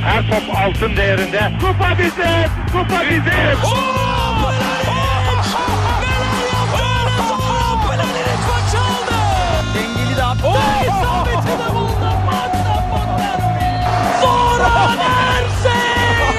Her top altın değerinde. Kupa bizim! Kupa bizim! Maç aldı. Dengeli de attı. İsabeti de buldu. Zoran Ersin!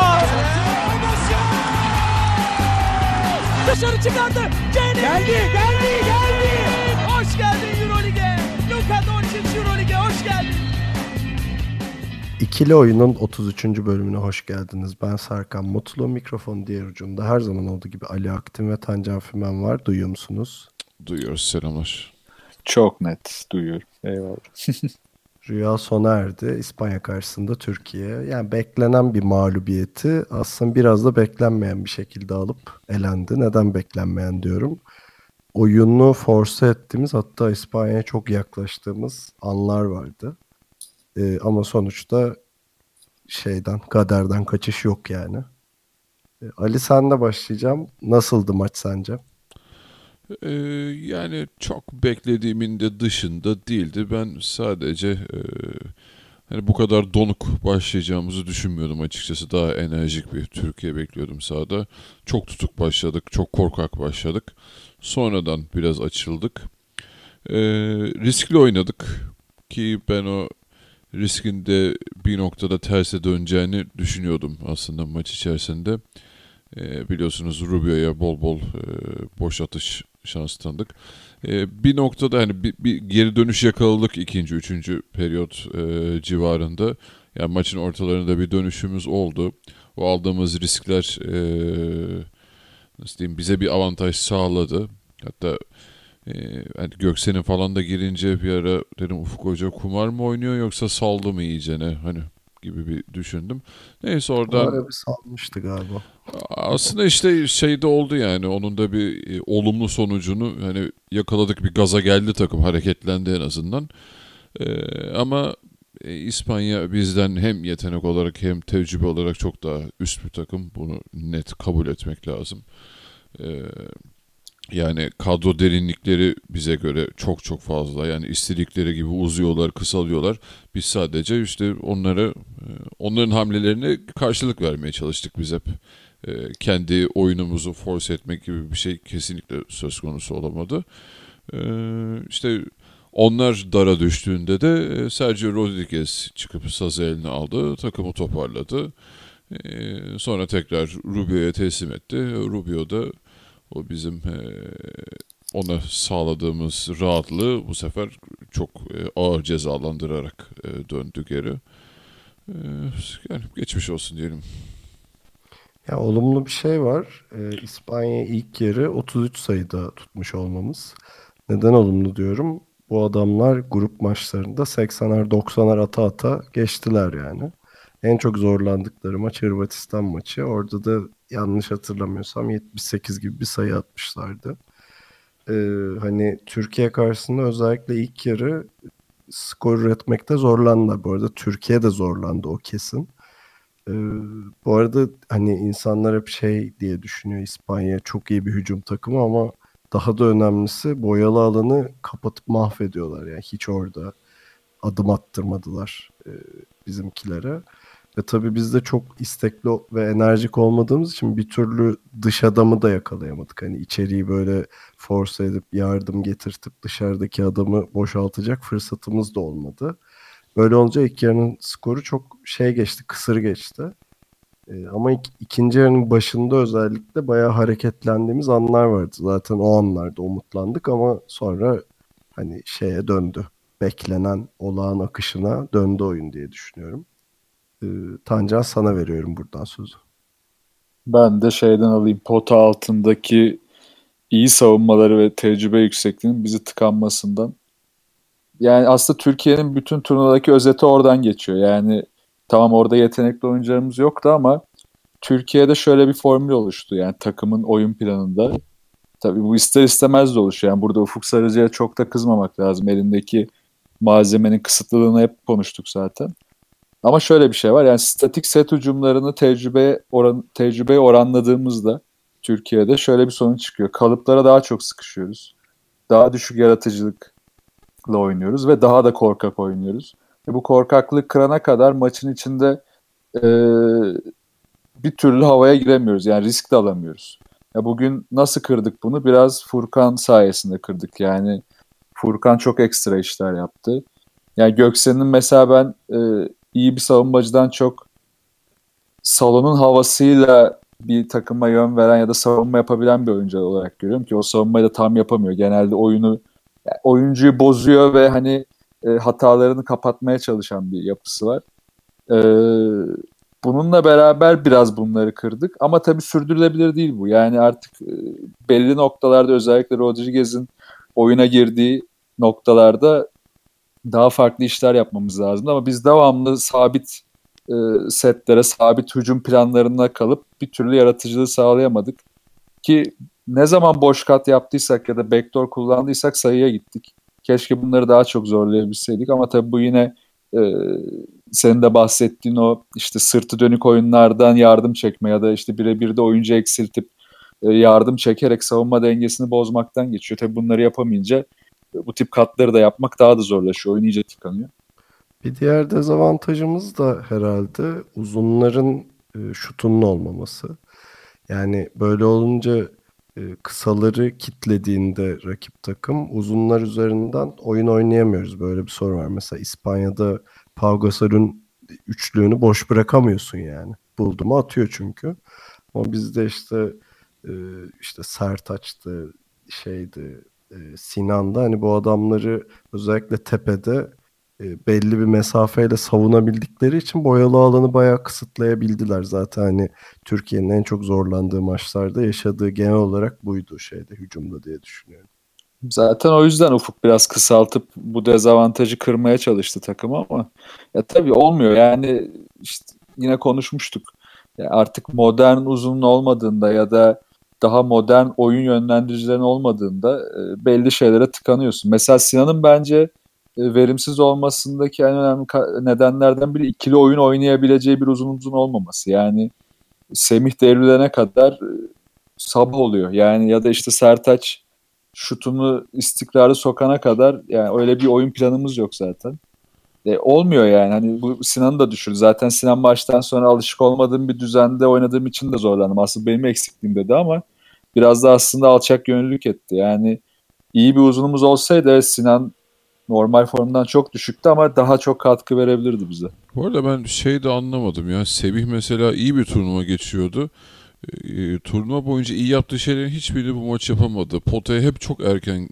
Dışarı çıkardı. Geldi. Hoş geldin Euroleague'e. Luka Doncic Euroleague'e hoş geldin. İkili Oyun'un 33. bölümüne hoş geldiniz. Ben Serkan Mutlu. Mikrofon diğer ucunda her zaman olduğu gibi Ali Aktin ve Tancan Fümen var. Duyuyor musunuz? Duyuyoruz, selamlar. Çok net duyuyorum. Eyvallah. Rüya sona erdi. İspanya karşısında Türkiye. Yani beklenen bir mağlubiyeti aslında biraz da beklenmeyen bir şekilde alıp elendi. Neden beklenmeyen diyorum. Oyunu force ettiğimiz, hatta İspanya'ya çok yaklaştığımız anlar vardı. Ama sonuçta kaderden kaçış yok yani. Ali, senle başlayacağım. Nasıldı maç sence? Yani çok beklediğimin de dışında değildi. Ben sadece hani bu kadar donuk başlayacağımızı düşünmüyordum açıkçası. Daha enerjik bir Türkiye bekliyordum sahada. Çok tutuk başladık, çok korkak başladık. Sonradan biraz açıldık. Riskli oynadık ki ben o riskin de bir noktada terse döneceğini düşünüyordum aslında maç içerisinde. Biliyorsunuz Rubio'ya bol bol boş atış şansı tanıdık. Bir noktada hani bir geri dönüş yakaladık ikinci, üçüncü periyot civarında. Yani maçın ortalarında bir dönüşümüz oldu. O aldığımız riskler nasıl diyeyim, bize bir avantaj sağladı. Hatta hani Göksen'in falan da girince bir ara dedim, Ufuk Hoca kumar mı oynuyor yoksa saldı mı iyicene hani gibi bir düşündüm. Neyse oradan Öyle bir salmıştı galiba. aslında işte şey de oldu, yani onun da bir olumlu sonucunu hani yakaladık, bir gaza geldi takım, hareketlendi en azından. Ama İspanya bizden hem yetenek olarak hem tecrübe olarak çok daha üst bir takım, bunu net kabul etmek lazım. Yani kadro derinlikleri bize göre çok çok fazla. Yani istedikleri gibi uzuyorlar, kısalıyorlar. Biz sadece işte onların hamlelerine karşılık vermeye çalıştık biz hep. Kendi oyunumuzu force etmek gibi bir şey kesinlikle söz konusu olamadı. İşte onlar dara düştüğünde de Sergio Rodriguez çıkıp sazı eline aldı, takımı toparladı. Sonra tekrar Rubio'ya teslim etti. Rubio da o bizim ona sağladığımız rahatlığı bu sefer çok ağır cezalandırarak döndü geri. Yani geçmiş olsun diyelim. Ya olumlu bir şey var. İspanya ilk yarı 33 sayıda tutmuş olmamız. Neden olumlu diyorum? Bu adamlar grup maçlarında 80'er 90'er ata geçtiler yani. En çok zorlandıkları maç Hırvatistan maçı. Orada da yanlış hatırlamıyorsam 78 gibi bir sayı atmışlardı. Hani Türkiye karşısında özellikle ilk yarı skor üretmekte zorlandılar. Bu arada Türkiye de zorlandı, o kesin. Ee, Bu arada hani insanlar hep şey diye düşünüyor, İspanya çok iyi bir hücum takımı ama daha da önemlisi boyalı alanı kapatıp mahvediyorlar. Yani hiç orada adım attırmadılar bizimkilere. Ve tabii biz de çok istekli ve enerjik olmadığımız için bir türlü dış adamı da yakalayamadık. Hani içeriği böyle force edip yardım getirtip dışarıdaki adamı boşaltacak fırsatımız da olmadı. Böyle olunca ilk yarının skoru çok geçti, kısır geçti. Ama ikinci yarının başında özellikle bayağı hareketlendiğimiz anlar vardı. Zaten o anlarda umutlandık ama sonra hani döndü. Beklenen olağan akışına döndü oyun diye düşünüyorum. Tancan, sana veriyorum buradan sözü. Ben de şeyden alayım. Pota altındaki iyi savunmaları ve tecrübe yüksekliğinin bizi tıkanmasından. Yani aslında Türkiye'nin bütün turnuvadaki özeti oradan geçiyor. Yani tamam, orada yetenekli oyuncularımız yoktu ama Türkiye'de şöyle bir formül oluştu. Yani takımın oyun planında. Tabii bu ister istemez de oluşuyor. Yani burada Ufuk Sarıcı'ya çok da kızmamak lazım. Elindeki malzemenin kısıtlılığını hep konuştuk zaten. Ama şöyle bir şey var. Yani statik set hücumlarını tecrübeye oranladığımızda Türkiye'de şöyle bir sonuç çıkıyor. Kalıplara daha çok sıkışıyoruz. Daha düşük yaratıcılıkla oynuyoruz ve daha da korkak oynuyoruz. Bu korkaklığı kırana kadar maçın içinde bir türlü havaya giremiyoruz. Yani risk de alamıyoruz. Ya bugün nasıl kırdık bunu? Biraz Furkan sayesinde kırdık. Yani Furkan çok ekstra işler yaptı. Yani Göksel'in mesela ben iyi bir savunmacıdan çok salonun havasıyla bir takıma yön veren ya da savunma yapabilen bir oyuncu olarak görüyorum ki o savunmayı da tam yapamıyor. Genelde oyuncuyu bozuyor ve hani hatalarını kapatmaya çalışan bir yapısı var. E, Bununla beraber biraz bunları kırdık ama tabii sürdürülebilir değil bu. Yani artık belli noktalarda özellikle Rodriguez'in oyuna girdiği noktalarda daha farklı işler yapmamız lazım ama biz devamlı sabit setlere, sabit hücum planlarına kalıp bir türlü yaratıcılığı sağlayamadık. Ki ne zaman boş kat yaptıysak ya da backdoor kullandıysak sayıya gittik. Keşke bunları daha çok zorlayabilseydik ama tabii bu yine senin de bahsettiğin o işte sırtı dönük oyunlardan yardım çekme ya da işte birebir de oyuncu eksiltip yardım çekerek savunma dengesini bozmaktan geçiyor. Tabii bunları yapamayınca bu tip katları da yapmak daha da zorlaşıyor. Oyun iyice tıkanıyor. Bir diğer dezavantajımız da herhalde uzunların şutunun olmaması. Yani böyle olunca kısaları kitlediğinde rakip takım uzunlar üzerinden oyun oynayamıyoruz. Böyle bir sorun var. Mesela İspanya'da Pau Gasol'ün üçlüğünü boş bırakamıyorsun yani. Buldu mu atıyor çünkü. Ama bizde işte Sertaç'tı, Sinan'da hani bu adamları özellikle tepede belli bir mesafeyle savunabildikleri için boyalı alanı bayağı kısıtlayabildiler. Zaten hani Türkiye'nin en çok zorlandığı maçlarda yaşadığı genel olarak buydu hücumda diye düşünüyorum. Zaten o yüzden Ufuk biraz kısaltıp bu dezavantajı kırmaya çalıştı takım ama ya tabii olmuyor. Yani işte yine konuşmuştuk. Ya artık modern uzunun olmadığında ya da daha modern oyun yönlendiricilerin olmadığında belli şeylere tıkanıyorsun. Mesela Sinan'ın bence verimsiz olmasındaki en önemli nedenlerden biri ikili oyun oynayabileceği bir uzunumuzun olmaması. Yani Semih devrilene kadar sabah oluyor. Yani ya da işte Sertaç şutunu istikrarı sokana kadar yani öyle bir oyun planımız yok zaten. Olmuyor yani. Hani bu Sinan'ı da düşürdü. Zaten Sinan maçtan sonra alışık olmadığım bir düzende oynadığım için de zorlandım. Aslında benim eksikliğim dedi ama biraz da aslında alçak gönüllülük etti. Yani iyi bir uzunumuz olsaydı evet, Sinan normal formdan çok düşüktü ama daha çok katkı verebilirdi bize. Bu arada ben de anlamadım ya. Semih mesela iyi bir turnuva geçiyordu. Turnuva boyunca iyi yaptığı şeylerin hiçbirini bu maç yapamadı. Potaya hep çok erken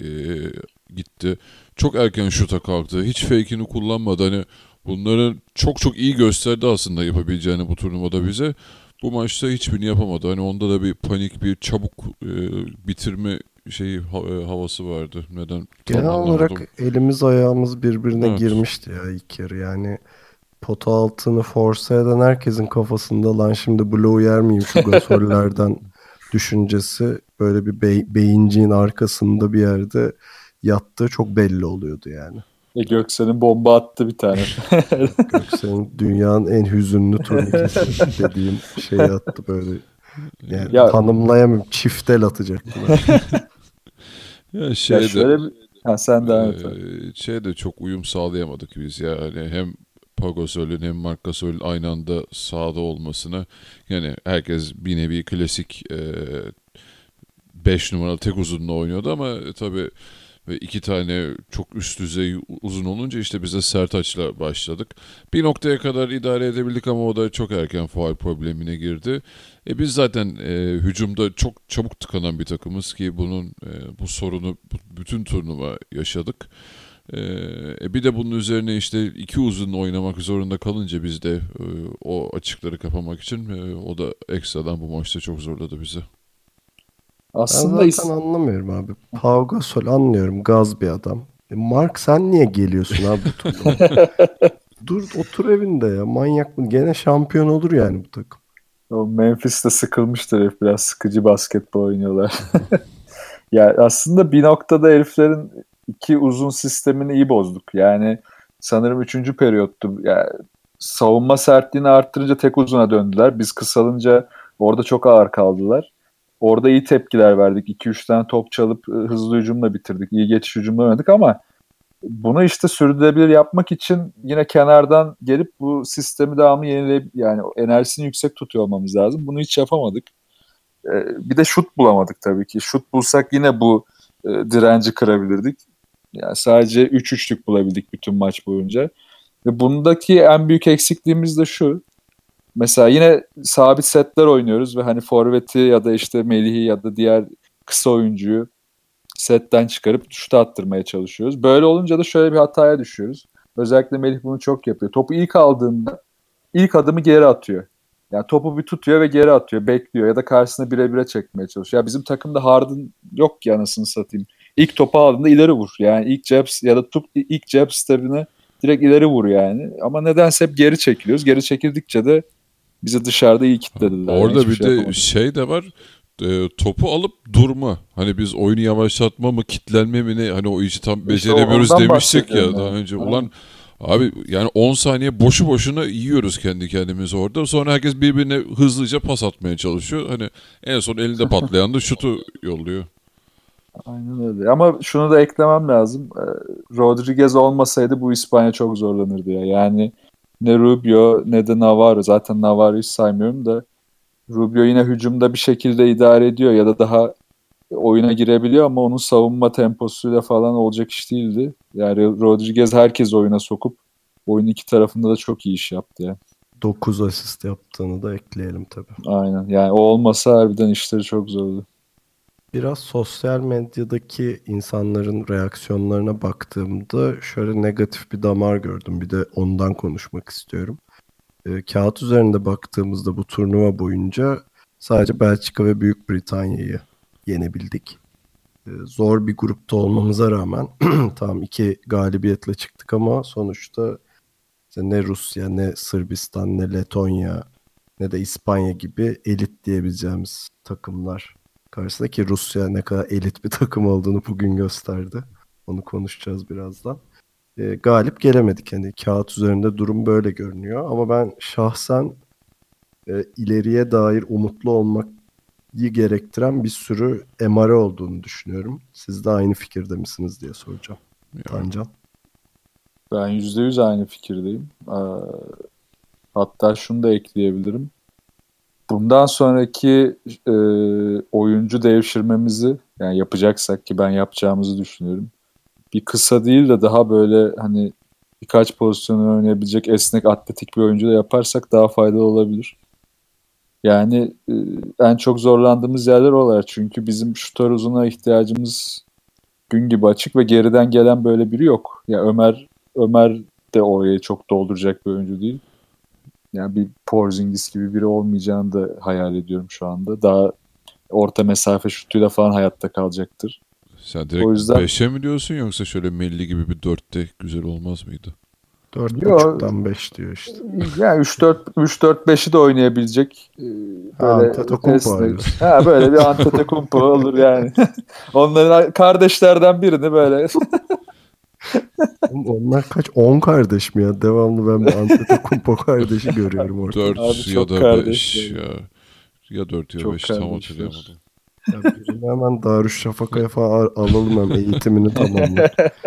gitti. Çok erken şuta kalktı. Hiç fake'ini kullanmadı. Hani bunları çok çok iyi gösterdi aslında yapabileceğini bu turnuvada bize. Bu maçta hiçbirini yapamadı. Hani onda da bir panik, bir çabuk bitirme havası vardı. Neden? Genel olarak elimiz ayağımız birbirine Evet. girmişti ya ilk yarı. Yani pota altını force eden herkesin kafasında lan şimdi bloğu yer miyim şu Gasol'lerden düşüncesi böyle bir beyinciğin arkasında bir yerde yattığı çok belli oluyordu yani. Göksel'in bomba attı bir tane. Göksel'in dünyanın en hüzünlü turnikesi dediğim şeyi attı böyle. Yani Ya- tanımlayamıyorum. Çiftel atacaktılar. Ya Ya şöyle bir... Ha, sen devam et. de çok uyum sağlayamadık biz ya. Hani hem Pau Gasol'ün hem Marc Gasol'ün aynı anda sahada olmasına, yani herkes bir nevi klasik 5 numaralı tek uzunla oynuyordu ama tabii ve iki tane çok üst düzey uzun olunca işte biz de Sertaç'la başladık. Bir noktaya kadar idare edebildik ama o da çok erken faul problemine girdi. Biz zaten hücumda çok çabuk tıkanan bir takımız ki bu sorunu bütün turnuva yaşadık. Bir de bunun üzerine işte iki uzun oynamak zorunda kalınca biz de o açıkları kapamak için o da ekstradan bu maçta çok zorladı bizi. Aslında Ben zaten anlamıyorum abi. Pau Gasol anlıyorum. Gaz bir adam. Mark sen niye geliyorsun abi bu turnuvaya? Dur otur evinde ya. Manyak mı? Gene şampiyon olur yani bu takım. o Memphis'te sıkılmıştır herif, biraz sıkıcı basketbol oynuyorlar. Ya aslında bir noktada heriflerin iki uzun sistemini iyi bozduk. Yani sanırım 3. periyottu. Yani savunma sertliğini arttırınca tek uzuna döndüler. Biz kısalınca orada çok ağır kaldılar. Orada iyi tepkiler verdik. 2-3 tane top çalıp hızlı hücumla bitirdik. İyi geçiş hücumla oynadık ama Bunu işte sürdürülebilir yapmak için yine kenardan gelip bu sistemi devamlı yenileyip yani enerjisini yüksek tutuyor olmamız lazım. Bunu hiç yapamadık. Bir de şut bulamadık tabii ki. Şut bulsak yine bu direnci kırabilirdik. Yani sadece 3-3'lük bulabildik bütün maç boyunca. Ve bundaki en büyük eksikliğimiz de şu. Mesela yine sabit setler oynuyoruz ve hani forveti ya da işte Melih'i ya da diğer kısa oyuncuyu setten çıkarıp şuta attırmaya çalışıyoruz. Böyle olunca da şöyle bir hataya düşüyoruz. Özellikle Melih bunu çok yapıyor. Topu ilk aldığında ilk adımı geri atıyor. Yani topu bir tutuyor ve geri atıyor, bekliyor ya da karşısına bire bire çekmeye çalışıyor. Ya bizim takımda Harden yok ki anasını satayım. İlk topu aldığında ileri vur. Yani ilk cep ya da ilk cep step'ine direkt ileri vur yani. Ama nedense hep geri çekiliyoruz. Geri çekildikçe de bizi dışarıda iyi kilitlediler. Orada Yani bir şey de yapamadık. şey de var. Topu alıp durma. Hani biz oyunu yavaşlatma mı, kitlenme mi ne? Hani o işi tam beceremiyoruz ondan demiştik ya bahsediyorum daha yani. önce. Aynen. Ulan abi yani 10 saniye boşu boşuna yiyoruz kendi kendimizi orada. Sonra herkes birbirine hızlıca pas atmaya çalışıyor. Hani en son elinde patlayan da şutu yolluyor. Aynen öyle. Ama şunu da eklemem lazım. Rodriguez olmasaydı bu İspanya çok zorlanırdı ya. Yani ne Rubio ne de Navarro. Zaten Navarro'yu hiç saymıyorum da Rubio yine hücumda bir şekilde idare ediyor ya da daha oyuna girebiliyor ama onun savunma temposuyla falan olacak iş değildi. Yani Rodriguez herkes oyuna sokup oyunun iki tarafında da çok iyi iş yaptı ya. 9 asist yaptığını da ekleyelim tabii. Aynen. Yani o olmasa harbiden işleri çok zordu. Biraz sosyal medyadaki insanların reaksiyonlarına baktığımda şöyle negatif bir damar gördüm. Bir de ondan konuşmak istiyorum. Kağıt üzerinde baktığımızda bu turnuva boyunca sadece Belçika ve Büyük Britanya'yı yenebildik. Zor bir grupta olmamıza rağmen tamam 2 galibiyetle çıktık ama sonuçta işte ne Rusya, ne Sırbistan, ne Letonya, ne de İspanya gibi elit diyebileceğimiz takımlar karşısında, ki Rusya ne kadar elit bir takım olduğunu bugün gösterdi. Onu konuşacağız birazdan. Galip gelemedik. Yani kağıt üzerinde durum böyle görünüyor. Ama ben şahsen ileriye dair umutlu olmayı gerektiren bir sürü emare olduğunu düşünüyorum. Siz de aynı fikirde misiniz diye soracağım. Tancan. Ben %100 aynı fikirdeyim. Hatta şunu da ekleyebilirim. Bundan sonraki oyuncu devşirmemizi yani yapacaksak ki ben yapacağımızı düşünüyorum. Bir kısa değil de daha böyle hani birkaç pozisyonu oynayabilecek esnek atletik bir oyuncu da yaparsak daha faydalı olabilir. Yani en çok zorlandığımız yerler oralar. Çünkü bizim şutör uzuna ihtiyacımız gün gibi açık ve geriden gelen böyle biri yok. Ya Ömer de orayı çok dolduracak bir oyuncu değil. Yani bir Porzingis gibi biri olmayacağını da hayal ediyorum şu anda. Daha orta mesafe şutuyla falan hayatta kalacaktır. Sen direkt O yüzden 5'e mi diyorsun yoksa şöyle Melli gibi bir 4'te güzel olmaz mıydı? 4.5'tan 5 diyor işte. yani 3-4-5'i de oynayabilecek böyle Antetokounmpo arıyorsun. böyle bir Antetokounmpo olur yani. Onların kardeşlerden birini böyle Onlar kaç? 10 kardeş mi ya? Devamlı ben bir Antetokounmpo kardeşi görüyorum orada. 4 Abi ya çok da kardeş 5 yani. ya. Ya 4 ya Çok 5 tam kardeşler. hatırlayamadım. Ya birini hemen Darüşşafaka'ya falan alalım, hem eğitimini tamamla.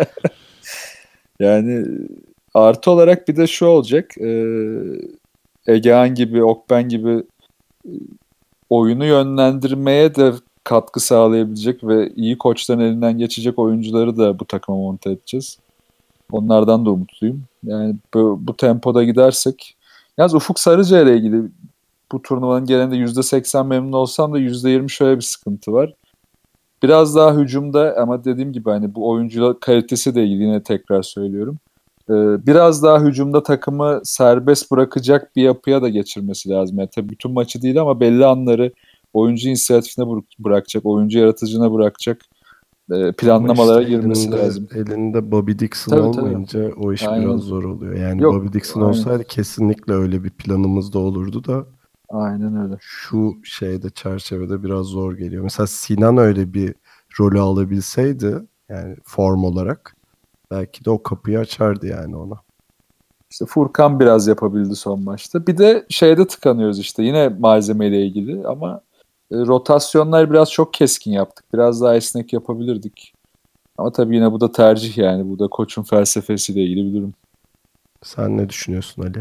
Yani artı olarak bir de şu olacak. Egehan gibi, Okben gibi oyunu yönlendirmeye de katkı sağlayabilecek ve iyi koçların elinden geçecek oyuncuları da bu takıma monte edeceğiz. Onlardan da umutluyum. Yani bu tempoda gidersek. Yalnız Ufuk Sarıca ile ilgili bu turnuvanın genelinde %80 memnun olsam da %20 şöyle bir sıkıntı var. Biraz daha hücumda ama dediğim gibi hani bu oyuncu kalitesi de ilgili yine tekrar söylüyorum. Biraz daha hücumda takımı serbest bırakacak bir yapıya da geçirmesi lazım. Yani tabii bütün maçı değil ama belli anları oyuncu inisiyatifine bırakacak, oyuncu yaratıcına bırakacak planlamalara işte girmesi lazım. elinde Bobby Dixon Tabii, olmayınca o iş Aynen. biraz zor oluyor. Yani Yok, Bobby Dixon aynen. olsaydı kesinlikle öyle bir planımız da olurdu da Aynen öyle. şu şeyde çerçevede biraz zor geliyor. Mesela Sinan öyle bir rolü alabilseydi yani form olarak belki de o kapıyı açardı yani ona. İşte Furkan biraz yapabildi son maçta. Bir de şeyde tıkanıyoruz işte yine malzemeyle ilgili ama rotasyonlar biraz çok keskin yaptık. Biraz daha esnek yapabilirdik. Ama tabii yine bu da tercih yani. Bu da koçun felsefesiyle ilgili bir durum. Sen ne düşünüyorsun Ali?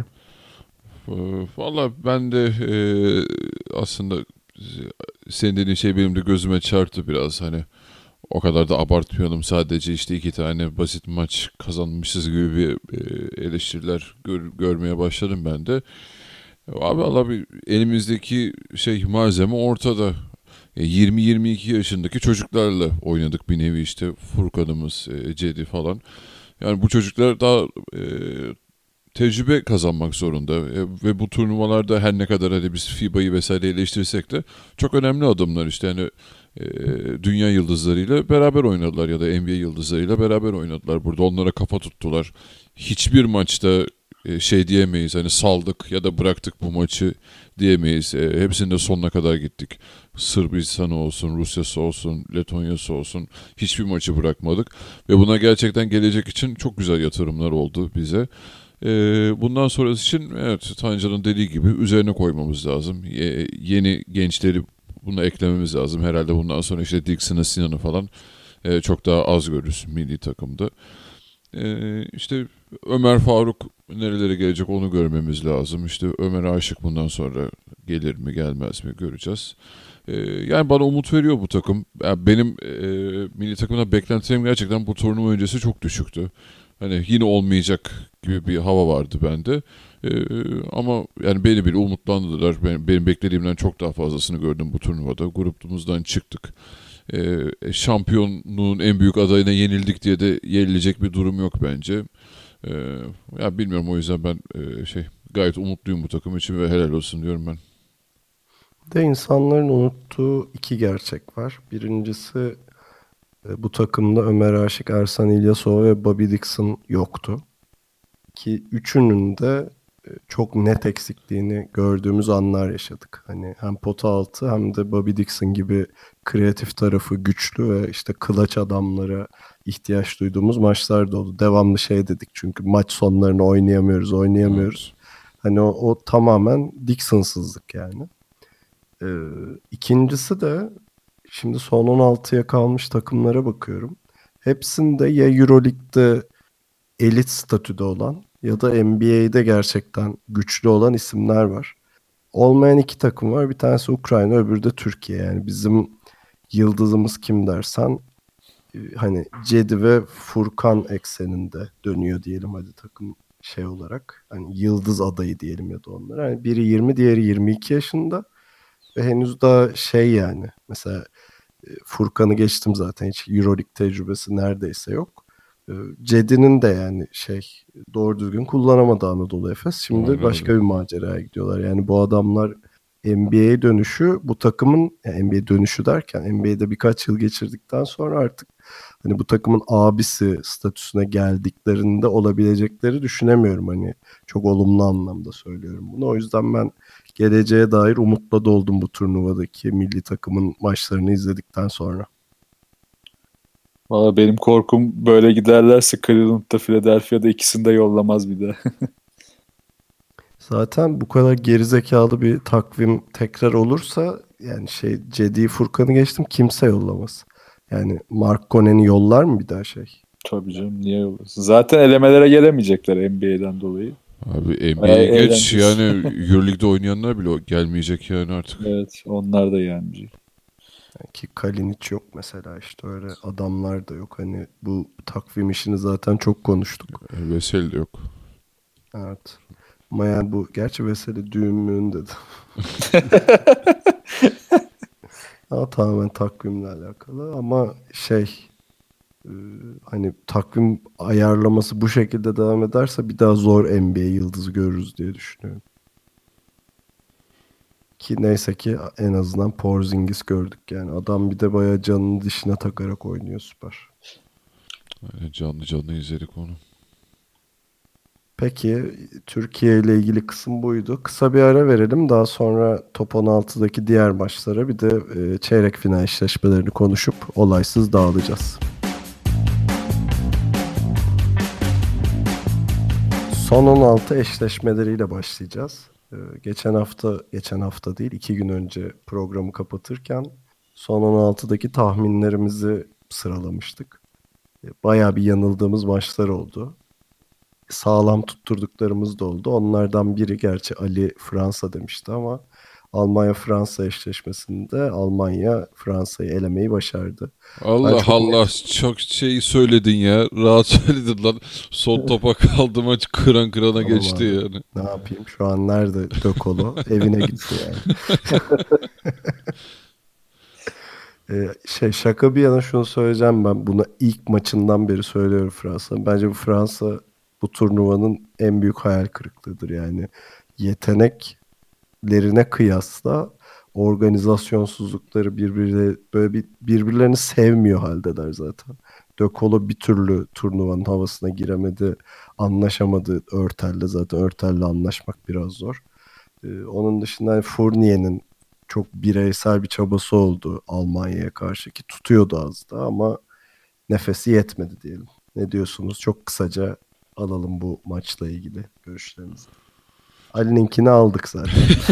Valla ben de aslında senin dediğin şey benim de gözüme çarptı biraz. Hani o kadar da abartmayalım, sadece işte 2 tane basit maç kazanmışız gibi bir eleştiriler görmeye başladım ben de. Abi valla elimizdeki malzeme ortada. 20-22 yaşındaki çocuklarla oynadık bir nevi, işte Furkan'ımız, Cedi falan. Yani bu çocuklar daha tecrübe kazanmak zorunda. Ve bu turnuvalarda her ne kadar hani biz FIBA'yı vesaire eleştirsek de çok önemli adımlar işte. Yani dünya yıldızlarıyla beraber oynadılar ya da NBA yıldızlarıyla beraber oynadılar. Burada onlara kafa tuttular. Hiçbir maçta diyemeyiz, hani saldık ya da bıraktık bu maçı diyemeyiz. Hepsinde sonuna kadar gittik. Sırbistan'ı olsun, Rusya'sı olsun, Letonya'sı olsun, hiçbir maçı bırakmadık. Ve buna gerçekten gelecek için çok güzel yatırımlar oldu bize. Bundan sonrası için evet, Tancan'ın dediği gibi üzerine koymamız lazım. Yeni gençleri buna eklememiz lazım. Herhalde bundan sonra işte Dixon'ı, Sinan'ı falan çok daha az görürüz milli takımda. İşte Ömer Faruk nerelere gelecek onu görmemiz lazım. İşte Ömer Aşık bundan sonra gelir mi gelmez mi göreceğiz. Yani bana umut veriyor bu takım. Yani benim milli takımda beklentilerim gerçekten bu turnuva öncesi çok düşüktü. Hani yine olmayacak gibi bir hava vardı bende. Ama yani beni bile umutlandırdılar. Benim beklediğimden çok daha fazlasını gördüm bu turnuvada. Grupumuzdan çıktık. Şampiyonluğun en büyük adayına yenildik diye de yenilecek bir durum yok bence. Ya bilmiyorum, o yüzden ben gayet umutluyum bu takım için ve helal olsun diyorum ben. De insanların unuttuğu 2 gerçek var. Birincisi bu takımda Ömer Aşık, Ersan İlyasova ve Bobby Dixon yoktu. Ki üçünün de çok net eksikliğini gördüğümüz anlar yaşadık. Hani hem pota altı hem de Bobby Dixon gibi kreatif tarafı güçlü ve işte clutch adamlara ihtiyaç duyduğumuz maçlar da oldu. Devamlı dedik çünkü maç sonlarını oynayamıyoruz. Hani o tamamen Dixon'sızlık yani. İkincisi de şimdi son 16'ya kalmış takımlara bakıyorum. Hepsinde ya Euroleague'de elit statüde olan ya da NBA'de gerçekten güçlü olan isimler var. Olmayan 2 takım var. Bir tanesi Ukrayna, öbürü de Türkiye. Yani bizim yıldızımız kim dersen hani Cedi ve Furkan ekseninde dönüyor diyelim hadi takım olarak. Hani yıldız adayı diyelim ya da onlara. Yani biri 20, diğeri 22 yaşında ve henüz daha yani mesela Furkan'ı geçtim zaten, hiç Euroleague tecrübesi neredeyse yok. Cedi'nin de yani doğru düzgün kullanamadı Anadolu Efes. Şimdi Aynen başka öyle. bir maceraya gidiyorlar. Yani bu adamlar NBA'ye dönüşü bu takımın, yani NBA dönüşü derken NBA'de birkaç yıl geçirdikten sonra artık hani bu takımın abisi statüsüne geldiklerinde olabilecekleri düşünemiyorum. Hani çok olumlu anlamda söylüyorum bunu. O yüzden ben geleceğe dair umutla doldum bu turnuvadaki milli takımın maçlarını izledikten sonra. Valla benim korkum böyle giderlerse Cleveland'da, Philadelphia'da ikisini de yollamaz bir daha. Zaten bu kadar gerizekalı bir takvim tekrar olursa yani Cedi Furkan'ı geçtim, kimse yollamaz. Yani Mark Conen'i yollar mı bir daha Tabii canım, niye yollasın? Zaten elemelere gelemeyecekler NBA'den dolayı. Abi Bayağı NBA'ye geç, eğlenceli. yani Euroleague'de oynayanlar bile gelmeyecek yani artık. Evet, onlar da gelmeyecek. Ki Kalinic yok mesela, işte öyle adamlar da yok. Hani bu takvim işini zaten çok konuştuk. Veseli de yok. Evet. Ama yani bu gerçi Veseli düğün müğün dedi. Ama tamamen takvimle alakalı ama hani takvim ayarlaması bu şekilde devam ederse bir daha zor NBA yıldızı görürüz diye düşünüyorum. Ki neyse ki en azından Porzingis gördük yani. Adam bir de bayağı canını dişine takarak oynuyor, süper. Yani canlı izledik onu. Peki Türkiye ile ilgili kısım buydu. Kısa bir ara verelim. Daha sonra Top 16'daki diğer maçlara bir de çeyrek final eşleşmelerini konuşup olaysız dağılacağız. Son 16 eşleşmeleriyle başlayacağız. Geçen hafta değil, 2 gün önce programı kapatırken son 16'daki tahminlerimizi sıralamıştık. Bayağı bir yanıldığımız maçlar oldu. Sağlam tutturduklarımız da oldu. Onlardan biri gerçi Ali Fransa demişti ama Almanya-Fransa eşleşmesinde Almanya Fransa'yı elemeyi başardı. Allah çok Allah, çok şey söyledin ya. Rahat söyledin lan. Son topa kaldı maç, kıran kırana Tamam geçti abi. yani. Ne yapayım? Şu an nerede Dökolo? Evine gitti yani. Şaka bir yana şunu söyleyeceğim ben. Bunu ilk maçından beri söylüyorum Fransa. Bence bu Fransa bu turnuvanın en büyük hayal kırıklığıdır yani. Yeteneklerine kıyasla organizasyonsuzlukları birbirlerini sevmiyor haldeler zaten. De Colo bir türlü turnuvanın havasına giremedi, anlaşamadı Örtel'le zaten. Örtel'le anlaşmak biraz zor. Onun dışında hani Fournier'in çok bireysel bir çabası oldu Almanya'ya karşı ki tutuyordu az da ama nefesi yetmedi diyelim. Ne diyorsunuz? Çok kısaca alalım bu maçla ilgili görüşlerinizi. Ali'ninkini aldık zaten.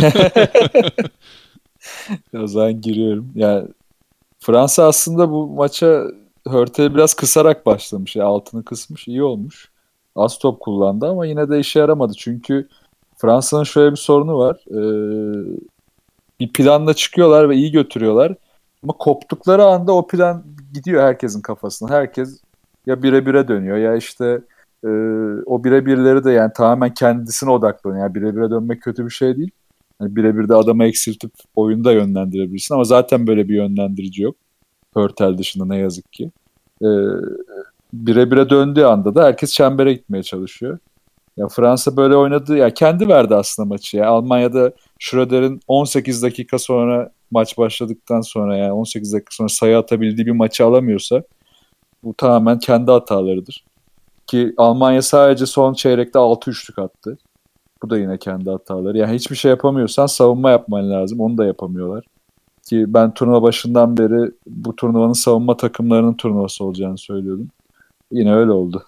O zaman giriyorum. Yani Fransa aslında bu maça Hörtel'i biraz kısarak başlamış. Yani altını kısmış, iyi olmuş. Az top kullandı ama yine de işe yaramadı. Çünkü Fransa'nın şöyle bir sorunu var. Bir planla çıkıyorlar ve iyi götürüyorlar. Ama koptukları anda o plan gidiyor herkesin kafasına. Herkes ya bire bire dönüyor ya işte o bire birleri de yani tamamen kendisine odaklanıyor. Yani bire bire dönmek kötü bir şey değil. Yani birebir de adamı eksiltip oyunu da yönlendirebilirsin ama zaten böyle bir yönlendirici yok. Hörtel dışında ne yazık ki. Bire bire döndüğü anda da herkes çembere gitmeye çalışıyor. Ya Fransa böyle oynadı. Ya kendi verdi aslında maçı ya. Almanya'da Schröder'in 18 dakika sonra maç başladıktan sonra yani 18 dakika sonra sayı atabildiği bir maçı alamıyorsa bu tamamen kendi hatalarıdır. Ki Almanya sadece son çeyrekte 6 üçlük attı. Bu da yine kendi hataları. Yani hiçbir şey yapamıyorsan savunma yapman lazım. Onu da yapamıyorlar. Ki ben turnuva başından beri bu turnuvanın savunma takımlarının turnuvası olacağını söylüyordum. Yine öyle oldu.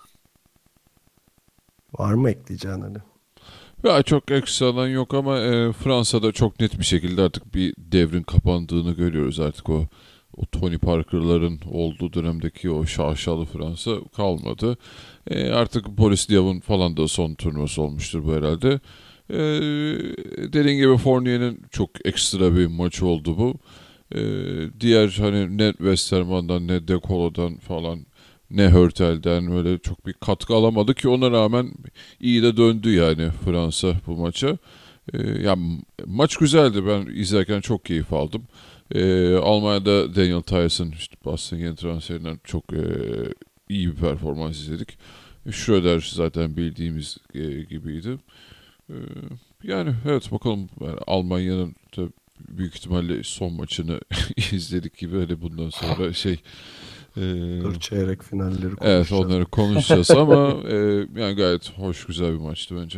Var mı ekleyeceğin Ali? Ya çok ekstradan yok ama Fransa'da çok net bir şekilde artık bir devrin kapandığını görüyoruz. Artık o Tony Parker'ların olduğu dönemdeki o şaşalı Fransa kalmadı. Artık Boris Diaw'un falan da son turnuvası olmuştur bu herhalde. E, Dediğim gibi Fournier'in çok ekstra bir maçı oldu bu. Diğer hani ne Westerman'dan ne De Colo'dan falan ne Hörtel'den öyle çok bir katkı alamadı ki ona rağmen iyi de döndü yani Fransa bu maça. Ya maç güzeldi, ben izlerken çok keyif aldım. Almanya'da Daniel Tyson işte Boston yeni transferinden çok iyi bir performans izledik. Schröder zaten bildiğimiz gibiydi. Yani evet bakalım, yani Almanya'nın da büyük ihtimalle son maçını izledik gibi, hani bundan sonra Dur çeyrek finalleri konuşacağız. evet onları konuşacağız ama yani gayet hoş, güzel bir maçtı bence.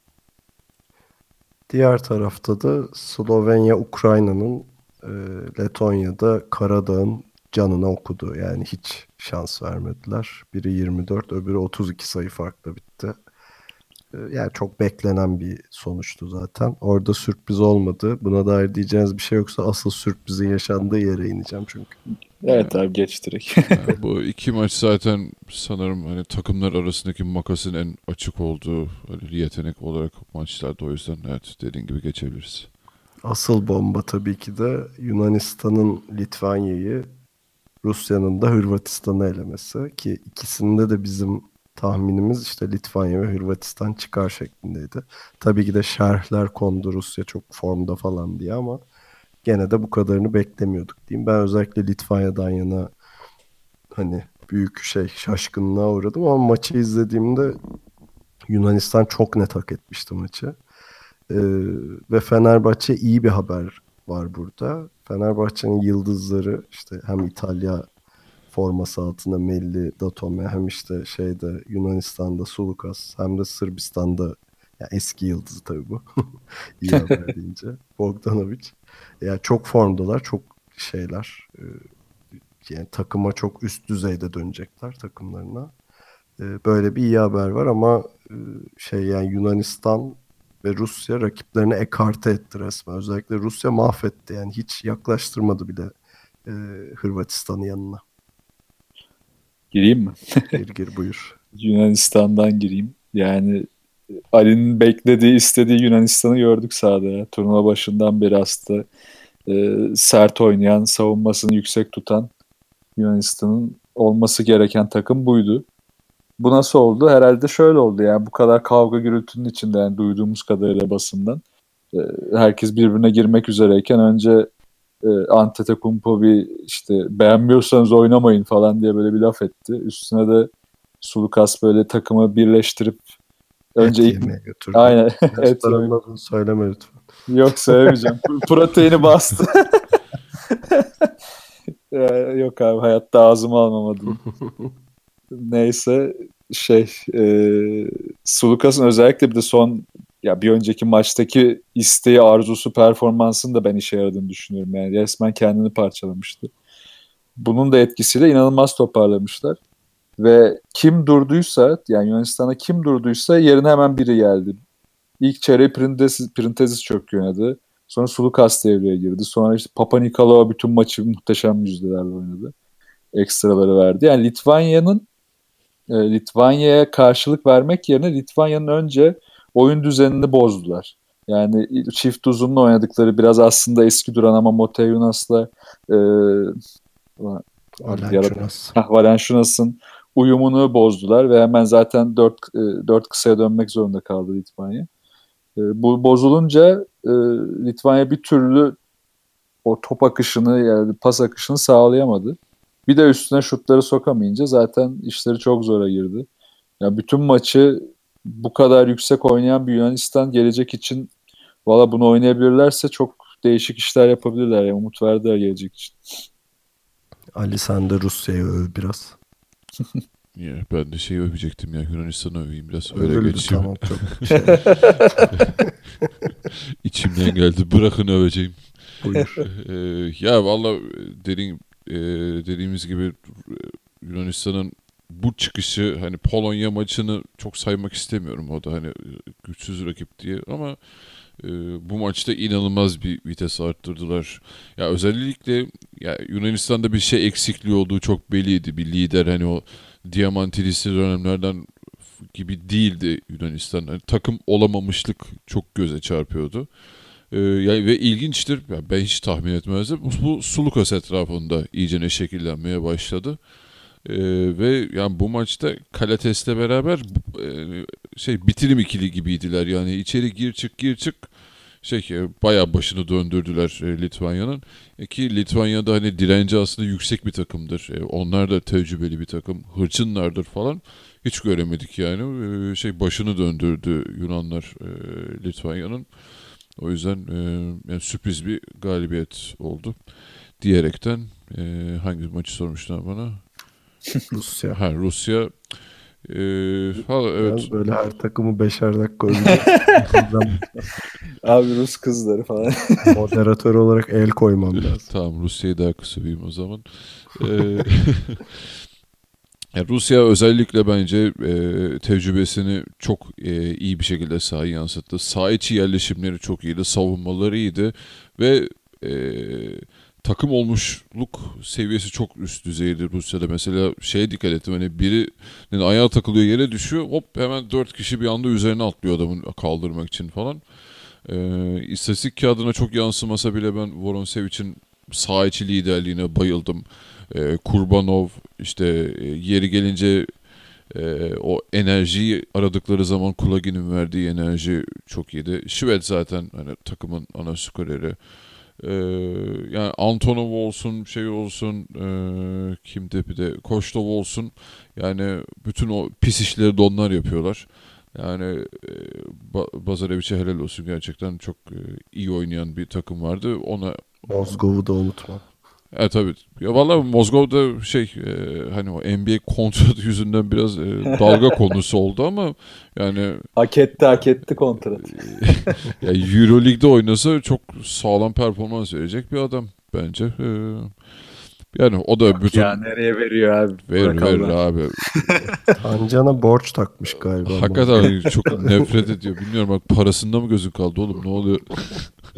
Diğer tarafta da Slovenya Ukrayna'nın Letonya'da Karadağ'ın canına okudu. Yani hiç şans vermediler. Biri 24, öbürü 32 sayı farkla bitti. Yani çok beklenen bir sonuçtu zaten. Orada sürpriz olmadı. Buna dair diyeceğiniz bir şey yoksa asıl sürprizin yaşandığı yere ineceğim çünkü. Evet abi geç direkt. Yani bu iki maç zaten sanırım hani takımlar arasındaki makasın en açık olduğu hani yetenek olarak maçlarda, o yüzden evet dediğin gibi geçebiliriz. Asıl bomba tabii ki de Yunanistan'ın Litvanya'yı, Rusya'nın da Hırvatistan'ı elemesi ki ikisinde de bizim tahminimiz işte Litvanya ve Hırvatistan çıkar şeklindeydi. Tabii ki de şerhler kondu Rusya çok formda falan diye ama gene de bu kadarını beklemiyorduk diyeyim. Ben özellikle Litvanya'dan yana hani büyük şaşkınlığa uğradım ama maçı izlediğimde Yunanistan çok net hak etmişti maçı. Ve Fenerbahçe iyi bir haber var burada. Fenerbahçe'nin yıldızları işte hem İtalya forması altında Melli, Datome hem işte Yunanistan'da Sulukas hem de Sırbistan'da ya eski yıldızı tabii bu. İyi haber deyince. Bogdanovic. Yani çok formdalar, çok yani takıma çok üst düzeyde dönecekler takımlarına. Böyle bir iyi haber var ama yani Yunanistan ve Rusya rakiplerini ekarte etti resmen. Özellikle Rusya mahvetti. Yani hiç yaklaştırmadı bile Hırvatistan'ın yanına. Gireyim mi? Gir buyur. Yunanistan'dan gireyim. Yani Ali'nin beklediği, istediği Yunanistan'ı gördük sahada ya. Turnuva başından beri aslında sert oynayan, savunmasını yüksek tutan Yunanistan'ın olması gereken takım buydu. Bu nasıl oldu? Herhalde şöyle oldu yani, bu kadar kavga gürültünün içinde, yani duyduğumuz kadarıyla basından herkes birbirine girmek üzereyken önce Antetokounmpo bir işte beğenmiyorsanız oynamayın falan diye böyle bir laf etti. Üstüne de Sulukas böyle takımı birleştirip önce Et yemeye götürdü. aynen et Restoranın adını söyleme lütfen. yok söylemeyeceğim. Proteini bastı. Yok abi, hayatta ağzıma almamadım. Neyse Sulukas'ın özellikle bir de son, ya bir önceki maçtaki isteği, arzusu, performansının da ben işe yaradığını düşünüyorum. Yani resmen kendini parçalamıştı. Bunun da etkisiyle inanılmaz toparlamışlar. Ve kim durduysa, yani Yunanistan'a kim durduysa yerine hemen biri geldi. İlk çeyreği Printezis çok oynadı. Sonra Sulukas devreye girdi. Sonra işte Papanikolaou bütün maçı muhteşem yüzdelerle oynadı. Ekstraları verdi. Yani Litvanya'ya karşılık vermek yerine Litvanya'nın önce oyun düzenini bozdular. Yani çift uzunla oynadıkları, biraz aslında eski duran ama Motiejunas Valanciunas'ın uyumunu bozdular ve hemen zaten 4 kısaya dönmek zorunda kaldı Litvanya. Bu bozulunca Litvanya bir türlü o top akışını, yani pas akışını sağlayamadı. Bir de üstüne şutları sokamayınca zaten işleri çok zora girdi. Yani bütün maçı bu kadar yüksek oynayan bir Yunanistan gelecek için, valla bunu oynayabilirlerse çok değişik işler yapabilirler. Yani umut verdiler gelecek için. Ali sen de Rusya'yı öv biraz. Ya, ben de övecektim ya, Yunanistan'ı öveyim biraz, öyle Övüldü, geçeyim. tamam, çok. İçimden geldi, bırakın öveceğim. Buyur. Ya valla dediğimiz gibi Yunanistan'ın bu çıkışı, hani Polonya maçını çok saymak istemiyorum, o da hani güçsüz rakip diye, ama bu maçta inanılmaz bir vites arttırdılar. Ya özellikle ya Yunanistan'da bir şey eksikliği olduğu çok belliydi. Bir lider, hani o Diamantilis'li dönemlerden gibi değildi Yunanistan. Yani takım olamamışlık çok göze çarpıyordu. Yani ve ilginçtir. Yani ben hiç tahmin etmezdim. Bu Sulukas etrafında iyice şekillenmeye başladı. Ve yani bu maçta Kalates'le beraber bitirim ikili gibiydiler. Yani içeri gir çık bayağı başını döndürdüler Litvanya'nın. Ki Litvanya'da hani direnci aslında yüksek bir takımdır. Onlar da tecrübeli bir takım. Hırçınlardır falan. Hiç göremedik yani. Başını döndürdü Yunanlar Litvanya'nın. O yüzden yani sürpriz bir galibiyet oldu. Diyerekten hangi maçı sormuşlar bana? Rusya. Rusya. Evet. Böyle her takımı 5'er dakika öldürüyor. Abi Rus kızları falan. Moderatör olarak el koymam lazım. Tamam, Rusya'yı daha kısa bir o zaman. Rusya özellikle bence tecrübesini çok iyi bir şekilde sahaya yansıttı. Saha içi yerleşimleri çok iyiydi, savunmaları iyiydi ve takım olmuşluk seviyesi çok üst düzeydi Rusya'da. Mesela dikkat ettim, hani birinin ayağı takılıyor, yere düşüyor, hop hemen 4 kişi bir anda üzerine atlıyor adamın kaldırmak için falan. İstatistik kağıdına çok yansımasa bile ben Voronsevic'in saha içi liderliğine bayıldım. Kurbanov yeri gelince o enerjiyi aradıkları zaman Kulagin'in verdiği enerji çok iyiydi. Şved zaten hani takımın ana skoreri. Yani Antonov olsun, olsun, kimde bir de Koştov olsun, yani bütün o pis işleri de onlar yapıyorlar. Yani Bazarevic'e helal olsun, gerçekten çok iyi oynayan bir takım vardı. Ona Mozgov'u da unutma. Tabii. Ya vallahi Mozgov'da hani o NBA kontratı yüzünden biraz dalga konusu oldu ama yani hak etti kontrat. ya EuroLeague'de oynasa çok sağlam performans verecek bir adam bence. Yani o da bütün nereye veriyor abi? Verir abi. Tancan'a borç takmış galiba. Hakikaten çok nefret ediyor. Bilmiyorum, bak parasında mı gözün kaldı oğlum, ne oluyor?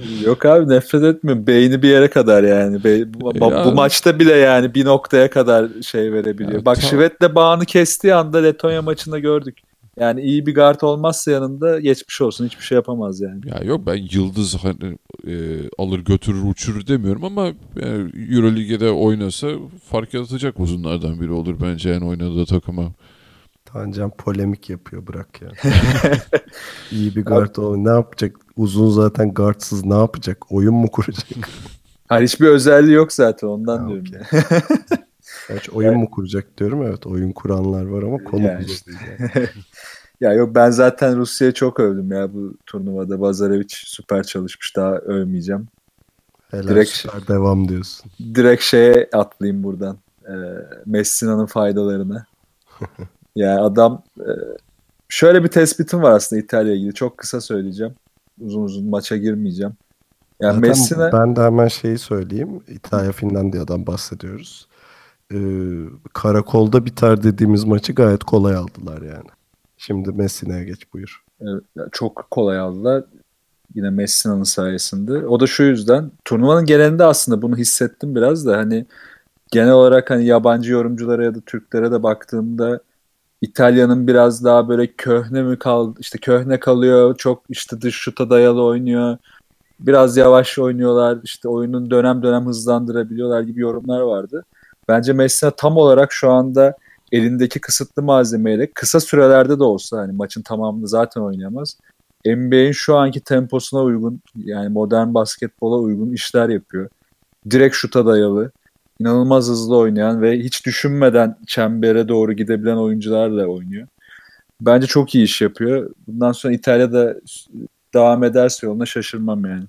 Yok abi, nefret etmiyorum. Beyni bir yere kadar yani. Bu maçta bile yani bir noktaya kadar şey verebiliyor. Ya, Bak Şved'le bağını kestiği anda Letonya maçında gördük. Yani iyi bir guard olmazsa yanında geçmiş olsun. Hiçbir şey yapamaz yani. Ya yok, ben yıldız hani, alır götürür uçurur demiyorum ama Euroleague'de oynasa fark yaratacak uzunlardan biri olur bence yani oynadığı takıma. Tancan polemik yapıyor, bırak ya. İyi bir guard ne yapacak? Uzun zaten guardsız ne yapacak? Oyun mu kuracak? Hani hiçbir özelliği yok zaten, ondan diyorum. Okay. Gerçi oyun mu kuracak diyorum. Evet, oyun kuranlar var ama konu Yani bu işte. değil yani. Ya yok, ben zaten Rusya'yı çok övdüm ya bu turnuvada. Bazarevic süper çalışmış, daha övmeyeceğim. Helal, süper devam diyorsun. Direkt şeye atlayayım buradan. Messina'nın faydalarına. Yani adam, şöyle bir tespitim var aslında İtalya'ya ilgili. Çok kısa söyleyeceğim. Uzun uzun maça girmeyeceğim. Yani Zaten Messina, ben de hemen şeyi söyleyeyim. İtalya Finlandiya'dan bahsediyoruz. Karakolda biter dediğimiz maçı gayet kolay aldılar yani. Şimdi Messina'ya geç, buyur. çok kolay aldılar. Yine Messina'nın sayesinde. O da şu yüzden. Turnuvanın genelinde aslında bunu hissettim biraz da, hani genel olarak hani yabancı yorumculara ya da Türklere de baktığımda İtalya'nın biraz daha böyle köhne mi kaldı, işte köhne kalıyor, çok işte dış şuta dayalı oynuyor, biraz yavaş oynuyorlar, işte oyunun dönem dönem hızlandırabiliyorlar gibi yorumlar vardı. Bence Messina tam olarak şu anda elindeki kısıtlı malzemeyle kısa sürelerde de olsa, hani maçın tamamını zaten oynayamaz, NBA'in şu anki temposuna uygun, yani modern basketbola uygun işler yapıyor. Direkt şuta dayalı, inanılmaz hızlı oynayan ve hiç düşünmeden çembere doğru gidebilen oyuncularla oynuyor. Bence çok iyi iş yapıyor. Bundan sonra İtalya'da devam ederse yoluna şaşırmam yani.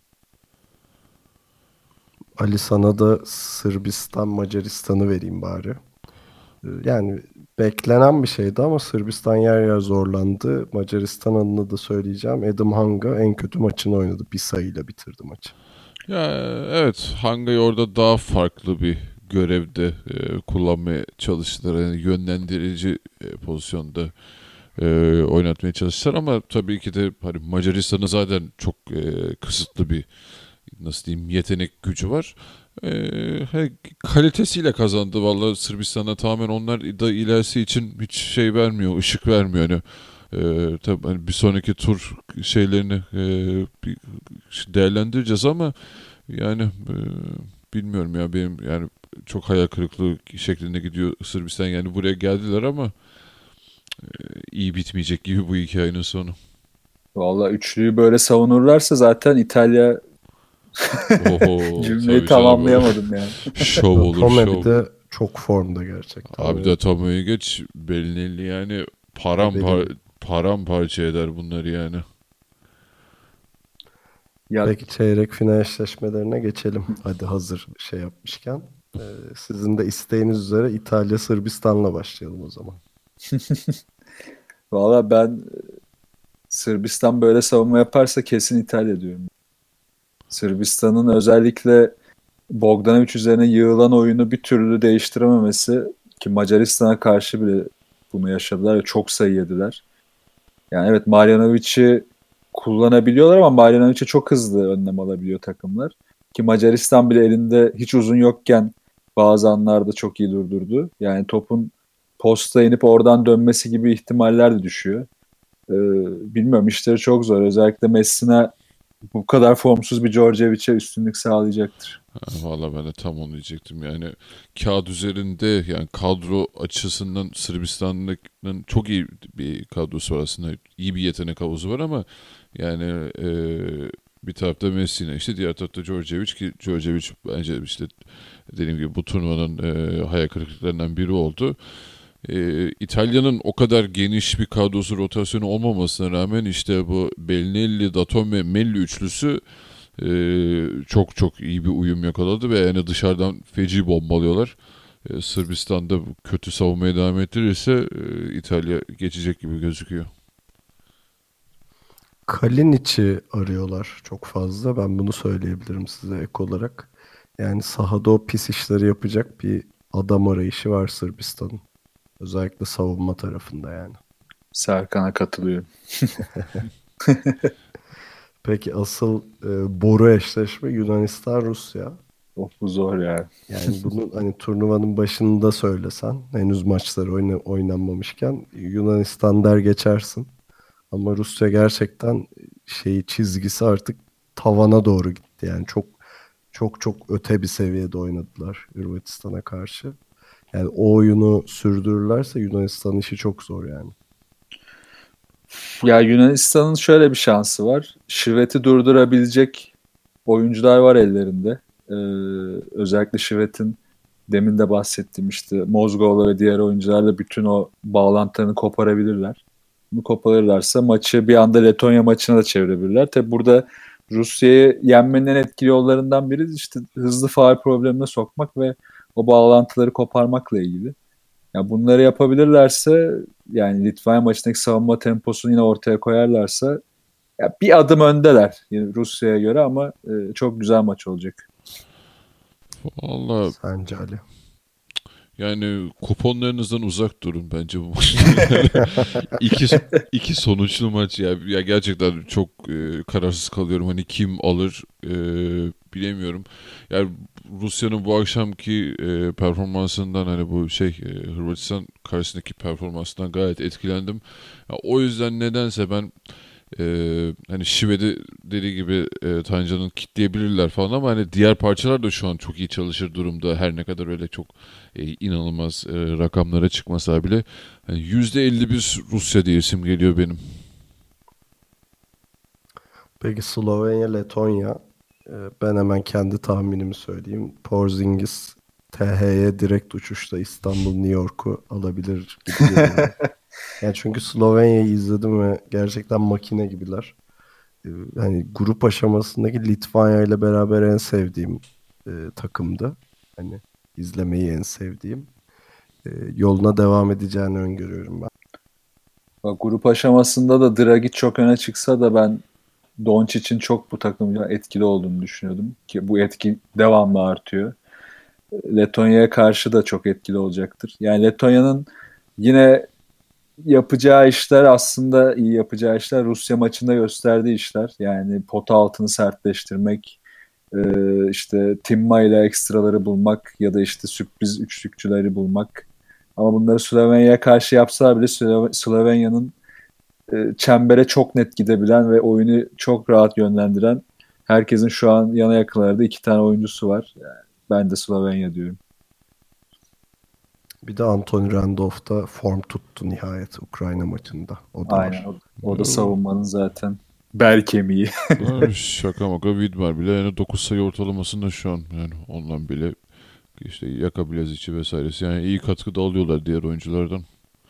Ali, sana da Sırbistan Macaristan'ı vereyim bari. Yani beklenen bir şeydi ama Sırbistan yer yer zorlandı. Macaristan adına da söyleyeceğim. Adam Hanga en kötü maçını oynadı. Bir sayıyla bitirdi maçı. Ya evet, Hanga'yı orada daha farklı bir görevde kullanmaya çalıştılar. Yani yönlendirici pozisyonda oynatmaya çalıştılar ama tabii ki de hani Macaristan'ın zaten çok kısıtlı bir, nasıl diyeyim, yetenek gücü var. Kalitesiyle kazandı vallahi. Sırbistan'a tamamen onlar da ilerisi için hiç şey vermiyor, ışık vermiyor. Yani, tabii hani bir sonraki tur şeylerini bir değerlendireceğiz ama yani bilmiyorum ya, benim yani çok hayal kırıklığı şeklinde gidiyor Sırbistan. Yani buraya geldiler ama iyi bitmeyecek gibi bu hikayenin sonu. Vallahi üçlüyü böyle savunurlarsa zaten İtalya Oho, cümleyi tabii tamamlayamadım yani. şov olur, Tome şov. bir de çok formda gerçekten. Abi de Tomo'yu geç, Belinelli yani paramparça eder bunları yani. Ya, Peki çeyrek final eşleşmelerine geçelim. Hadi hazır şey yapmışken. Sizin de isteğiniz üzere İtalya Sırbistan'la başlayalım o zaman. valla ben Sırbistan böyle savunma yaparsa kesin İtalya diyorum. Sırbistan'ın özellikle Bogdanovic üzerine yığılan oyunu bir türlü değiştirememesi, ki Macaristan'a karşı bile bunu yaşadılar ve çok sayı yediler. Yani evet, Marjanovic'i kullanabiliyorlar ama Marjanovic'e çok hızlı önlem alabiliyor takımlar. Ki Macaristan bile elinde hiç uzun yokken bazı anlarda çok iyi durdurdu. Yani topun posta inip oradan dönmesi gibi ihtimaller de düşüyor. Bilmiyorum, işleri çok zor. Özellikle Messina bu kadar formsuz bir Djordjevic'e üstünlük sağlayacaktır. Valla ben de tam onu diyecektim. Yani kağıt üzerinde, yani kadro açısından Sırbistan'ın çok iyi bir kadrosu var aslında. İyi bir yetenek havuzu var ama yani bir tarafta Messina, işte diğer tarafta Djordjevic, ki Djordjevic bence işte dediğim gibi bu turnuvanın hayal kırıklıklarından biri oldu. İtalya'nın o kadar geniş bir kadrosu, rotasyonu olmamasına rağmen işte bu Bellinelli, Datome, Melli üçlüsü çok çok iyi bir uyum yakaladı ve yani dışarıdan feci bombalıyorlar. Sırbistan'da kötü savunmaya devam ettirirse İtalya geçecek gibi gözüküyor. Kalinic'i arıyorlar çok fazla. Ben bunu söyleyebilirim size ek olarak. Yani sahada o pis işleri yapacak bir adam arayışı var Sırbistan'ın. Özellikle savunma tarafında yani. Serkan'a katılıyorum. Peki asıl boru eşleşme Yunanistan-Rusya. Bu zor yani. Yani bunu hani turnuvanın başında söylesen henüz maçları oynanmamışken Yunanistan der geçersin. Ama Rusya gerçekten çizgisi artık tavana doğru gitti. Yani çok çok çok öte bir seviyede oynadılar Hırvatistan'a karşı. Yani o oyunu sürdürürlerse Yunanistan'ın işi çok zor yani. Ya Yunanistan'ın şöyle bir şansı var. Şivet'i durdurabilecek oyuncular var ellerinde. Özellikle Şivet'in demin de bahsettiğim işte Mozgov'la ve diğer oyuncularla bütün o bağlantılarını koparabilirler. Bunu koparırlarsa maçı bir anda Letonya maçına da çevirebilirler. Tabi burada Rusya'yı yenmenin en etkili yollarından biri işte hızlı faul problemine sokmak ve o bağlantıları koparmakla ilgili. Ya bunları yapabilirlerse yani Litvanya maçındaki savunma temposunu yine ortaya koyarlarsa ya bir adım öndeler yani Rusya'ya göre ama çok güzel maç olacak. Vallahi Sence Ali? yani kuponlarınızdan uzak durun bence bu maç. iki, iki sonuçlu maç ya. Ya gerçekten çok kararsız kalıyorum. Hani kim alır bilemiyorum. Yani Rusya'nın bu akşamki performansından hani bu Hırvatistan karşısındaki performansından gayet etkilendim. Ya, o yüzden nedense ben hani Şive'de dediği gibi Tancan'ın kitleyebilirler falan ama hani diğer parçalar da şu an çok iyi çalışır durumda. Her ne kadar öyle çok inanılmaz rakamlara çıkmasa bile hani %51 Rusya diye isim geliyor benim. Peki Slovenya, Letonya. Ben hemen kendi tahminimi söyleyeyim. Porzingis TH'ye direkt uçuşta İstanbul, New York'u alabilir gibi geliyor. Yani çünkü Slovenya'yı izledim ve gerçekten makine gibiler. Hani grup aşamasındaki Litvanya ile beraber en sevdiğim takımdı. Hani izlemeyi en sevdiğim. Yoluna devam edeceğini öngörüyorum ben. Bak, grup aşamasında da Dragic çok öne çıksa da ben Doncic'in çok bu takımda etkili olduğunu düşünüyordum ki bu etki devamlı artıyor. Letonya'ya karşı da çok etkili olacaktır. Yani Letonya'nın yine yapacağı işler aslında iyi yapacağı işler Rusya maçında gösterdiği işler. Yani pota altını sertleştirmek, işte Timma ile ekstraları bulmak ya da işte sürpriz üçlükçüleri bulmak. Ama bunları Slovenya'ya karşı yapsalar bile Slovenya'nın çembere çok net gidebilen ve oyunu çok rahat yönlendiren herkesin şu an yana yakınlarda 2 tane oyuncusu var. Yani ben de Slovenya diyorum. Bir de Anthony Randolph da form tuttu nihayet Ukrayna maçında. O da Aynen. var. O da savunmanın zaten bel kemiği. Şaka maka Vidmar bile yani 9 sayı ortalamasında şu an yani ondan bile işte Yaka Bilezic'i vesairesi yani iyi katkı da alıyorlar diğer oyunculardan.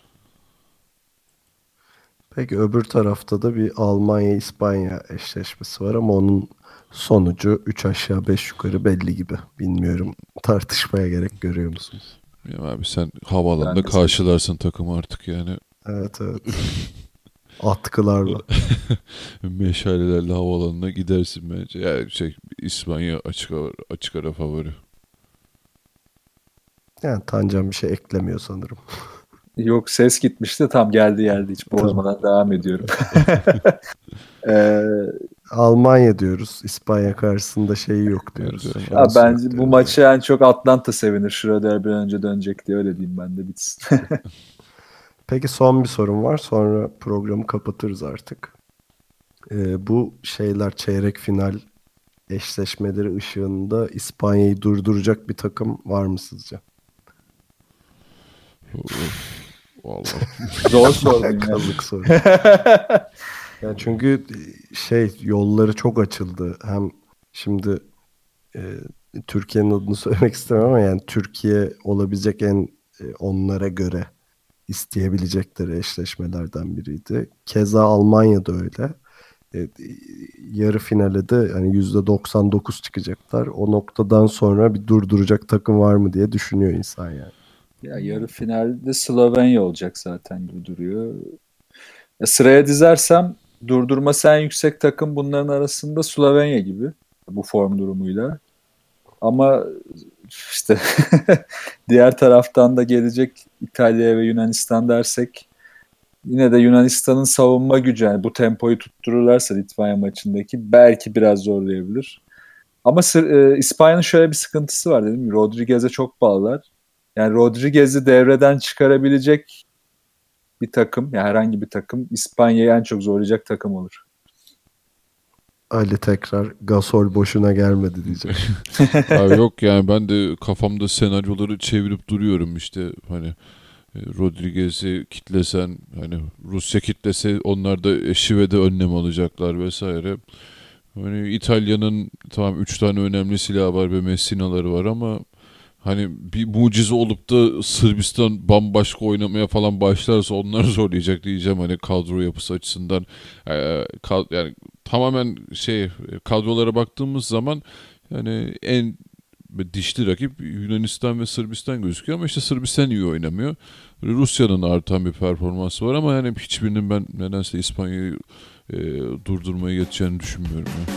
Peki öbür tarafta da bir Almanya-İspanya eşleşmesi var ama onun sonucu 3 aşağı 5 yukarı belli gibi. Bilmiyorum, tartışmaya gerek görüyor musunuz? Ya abi sen havaalanında Ben de karşılarsın takımı artık yani. Evet. Atkılarla. Meşalelerle havaalanına gidersin bence. Yani İspanya açık ara favori. Yani Tancan bir şey eklemiyor sanırım. Yok, ses gitmişti, tam geldi hiç bozmadan devam ediyorum. Almanya diyoruz. İspanya karşısında şeyi yok diyoruz. Evet, evet. Şansı yok Bence bu diyoruz. maçı en çok Atlanta sevinir. Schröder bir an önce dönecek diye, öyle diyeyim ben de, bitsin. Peki son bir sorum var. Sonra programı kapatırız artık. Bu çeyrek final eşleşmeleri ışığında İspanya'yı durduracak bir takım var mı sizce? Vallahi. Zor sordun ya. Kazık soru. Yani çünkü yolları çok açıldı. Hem şimdi Türkiye'nin adını söylemek istemem ama yani Türkiye olabilecek en onlara göre isteyebilecekleri eşleşmelerden biriydi. Keza Almanya da öyle. Yarı finale de hani %99 çıkacaklar. O noktadan sonra bir durduracak takım var mı diye düşünüyor insan yani. Ya yarı finalde Slovenya olacak zaten gibi duruyor. Ya sıraya dizersem durdurması en yüksek takım bunların arasında Slovenya gibi bu form durumuyla. Ama işte diğer taraftan da gelecek İtalya ve Yunanistan dersek yine de Yunanistan'ın savunma gücü, yani bu tempoyu tuttururlarsa Litvanya maçındaki belki biraz zorlayabilir. Ama İspanya'nın şöyle bir sıkıntısı var dedim. Rodriguez'e çok bağlılar. Yani Rodriguez'i devreden çıkarabilecek bir takım, yani herhangi bir takım İspanya'yı en çok zorlayacak takım olur. Ali tekrar Gasol boşuna gelmedi diyecek. Abi yok yani ben de kafamda senaryoları çevirip duruyorum işte hani Rodriguez'i kitlesen hani Rusya kitlese onlar da Şive'de önlem alacaklar vesaire. Hani İtalya'nın tamam 3 tane önemli silahı var ve Messina'ları var ama hani bir mucize olup da Sırbistan bambaşka oynamaya falan başlarsa onları zorlayacak diyeceğim hani kadro yapısı açısından. Yani tamamen kadrolara baktığımız zaman yani en dişli rakip Yunanistan ve Sırbistan gözüküyor ama işte Sırbistan iyi oynamıyor. Rusya'nın artan bir performansı var ama yani hiçbirinin ben nedense İspanya'yı durdurmaya yeteceğini düşünmüyorum. Yani.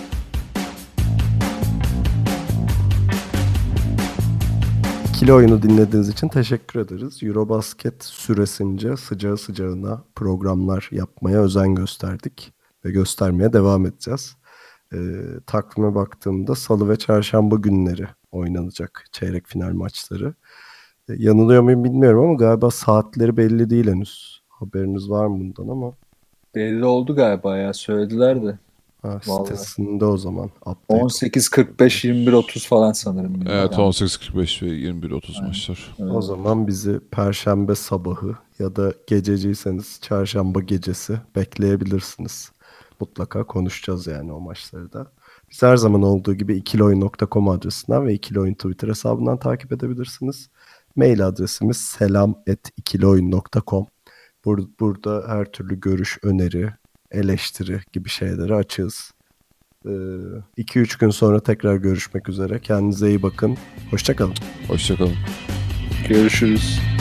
İkili oyunu dinlediğiniz için teşekkür ederiz. Eurobasket süresince sıcağı sıcağına programlar yapmaya özen gösterdik ve göstermeye devam edeceğiz. Takvime baktığımda salı ve çarşamba günleri oynanacak çeyrek final maçları. Yanılıyor muyum bilmiyorum ama galiba saatleri belli değil henüz. Haberiniz var mı bundan ama? Belli oldu galiba ya, söylediler de. Sitesinde o zaman. 18.45, 21.30 falan sanırım. Evet 18.45 ve 21.30 maçlar. O zaman bizi Perşembe sabahı ya da gececiyseniz Çarşamba gecesi bekleyebilirsiniz. Mutlaka konuşacağız yani o maçları da. Biz her zaman olduğu gibi ikilioyun.com adresinden ve ikilioyun Twitter hesabından takip edebilirsiniz. Mail adresimiz selam@ikilioyun.com. Burada her türlü görüş, öneri, eleştiri gibi şeyleri açığız. 2-3 gün sonra tekrar görüşmek üzere. Kendinize iyi bakın. Hoşça kalın. Hoşça kalın. Görüşürüz.